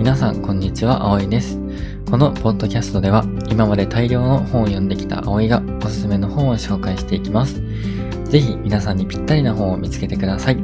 皆さんこんにちは、葵です。このポッドキャストでは今まで大量の本を読んできた葵がおすすめの本を紹介していきます。ぜひ皆さんにぴったりな本を見つけてください。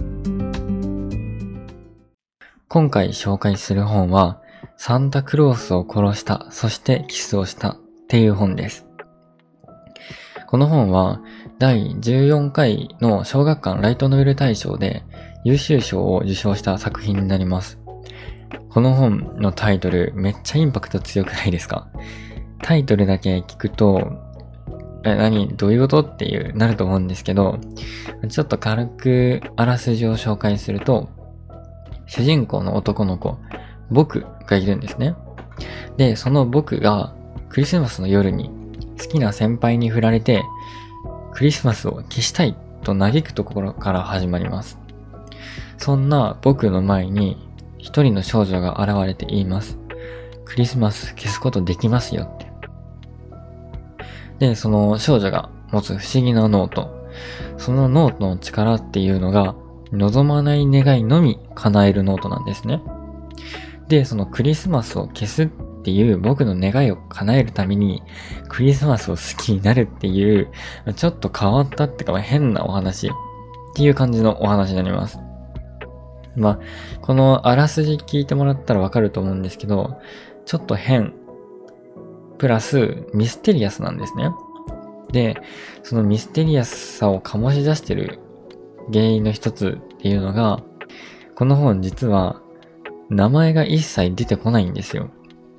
今回紹介する本はサンタクロースを殺した、そしてキスをしたっていう本です。この本は第14回の小学館ライトノベル大賞で優秀賞を受賞した作品になります。この本のタイトルめっちゃインパクト強くないですか？タイトルだけ聞くとどういうことっていうなると思うんですけど、ちょっと軽くあらすじを紹介すると、主人公の男の子僕がいるんですね。で、その僕がクリスマスの夜に好きな先輩に振られてクリスマスを消したいと嘆くところから始まります。そんな僕の前に一人の少女が現れて言います。クリスマス消すことできますよって。で、その少女が持つ不思議なノート。そのノートの力っていうのが望まない願いのみ叶えるノートなんですね。で、そのクリスマスを消すっていう僕の願いを叶えるためにクリスマスを好きになるっていうちょっと変わったってか変なお話っていう感じのお話になります。このあらすじ聞いてもらったらわかると思うんですけど、ちょっと変プラスミステリアスなんですね。で、そのミステリアスさを醸し出してる原因の一つっていうのが、この本実は名前が一切出てこないんですよ。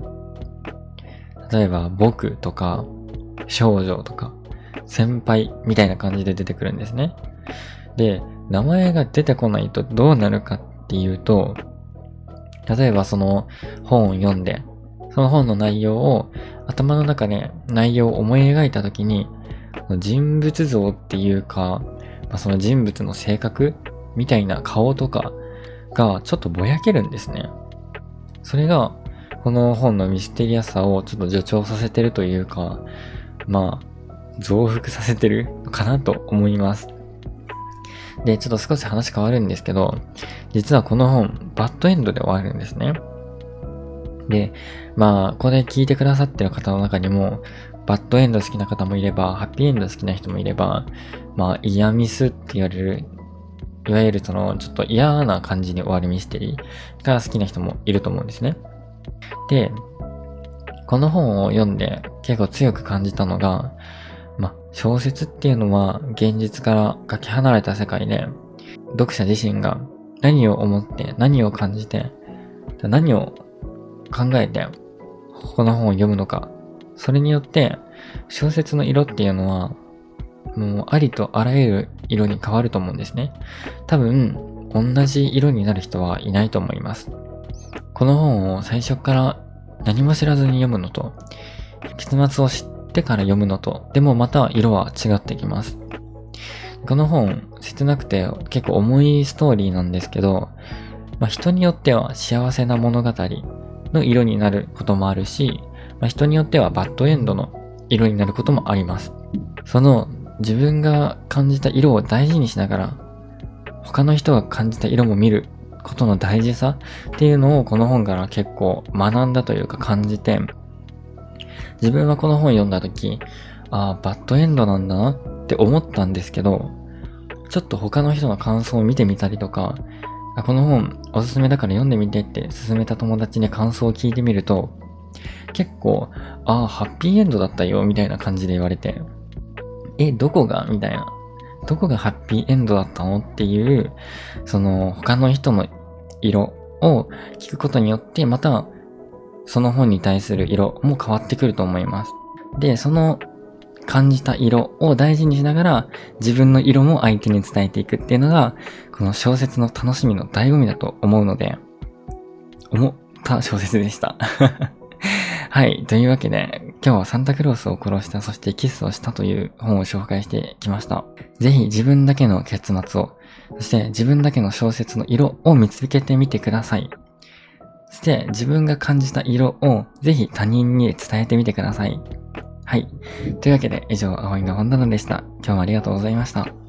例えば僕とか少女とか先輩みたいな感じで出てくるんですね。で、名前が出てこないとどうなるかっていうと、例えばその本を読んで、その本の内容を頭の中で内容を思い描いたときに、人物像っていうか、その人物の性格みたいな顔とかがちょっとぼやけるんですね。それがこの本のミステリアスさをちょっと助長させてるというか、増幅させてるのかなと思います。で、ちょっと少し話変わるんですけど、実はこの本バッドエンドで終わるんですね。で、これ聞いてくださってる方の中にもバッドエンド好きな方もいれば、ハッピーエンド好きな人もいれば、イヤミスって言われる、いわゆるそのちょっと嫌な感じに終わるミステリーが好きな人もいると思うんですね。で、この本を読んで結構強く感じたのが、小説っていうのは現実からかけ離れた世界で、読者自身が何を思って何を感じて何を考えてこの本を読むのか、それによって小説の色っていうのはもうありとあらゆる色に変わると思うんですね。多分同じ色になる人はいないと思います。この本を最初から何も知らずに読むのと、結末を知ってから読むのとでもまた色は違ってきます。この本切なくて結構重いストーリーなんですけど、人によっては幸せな物語の色になることもあるし、人によってはバッドエンドの色になることもあります。その自分が感じた色を大事にしながら他の人が感じた色も見ることの大事さっていうのをこの本から結構学んだというか感じて、自分はこの本読んだ時、バッドエンドなんだなって思ったんですけど、ちょっと他の人の感想を見てみたりとか、この本おすすめだから読んでみてって勧めた友達に感想を聞いてみると、結構ハッピーエンドだったよみたいな感じで言われて、どこがみたいな、どこがハッピーエンドだったのっていう、その他の人の色を聞くことによってまたその本に対する色も変わってくると思います。で、その感じた色を大事にしながら自分の色も相手に伝えていくっていうのがこの小説の楽しみの醍醐味だと思うので、思った小説でしたはい、というわけで今日はサンタクロースを殺した、そしてキスをしたという本を紹介してきました。ぜひ自分だけの結末を、そして自分だけの小説の色を見つけてみてください。そして自分が感じた色をぜひ他人に伝えてみてください。はい。というわけで以上、葵の本棚でした。今日もありがとうございました。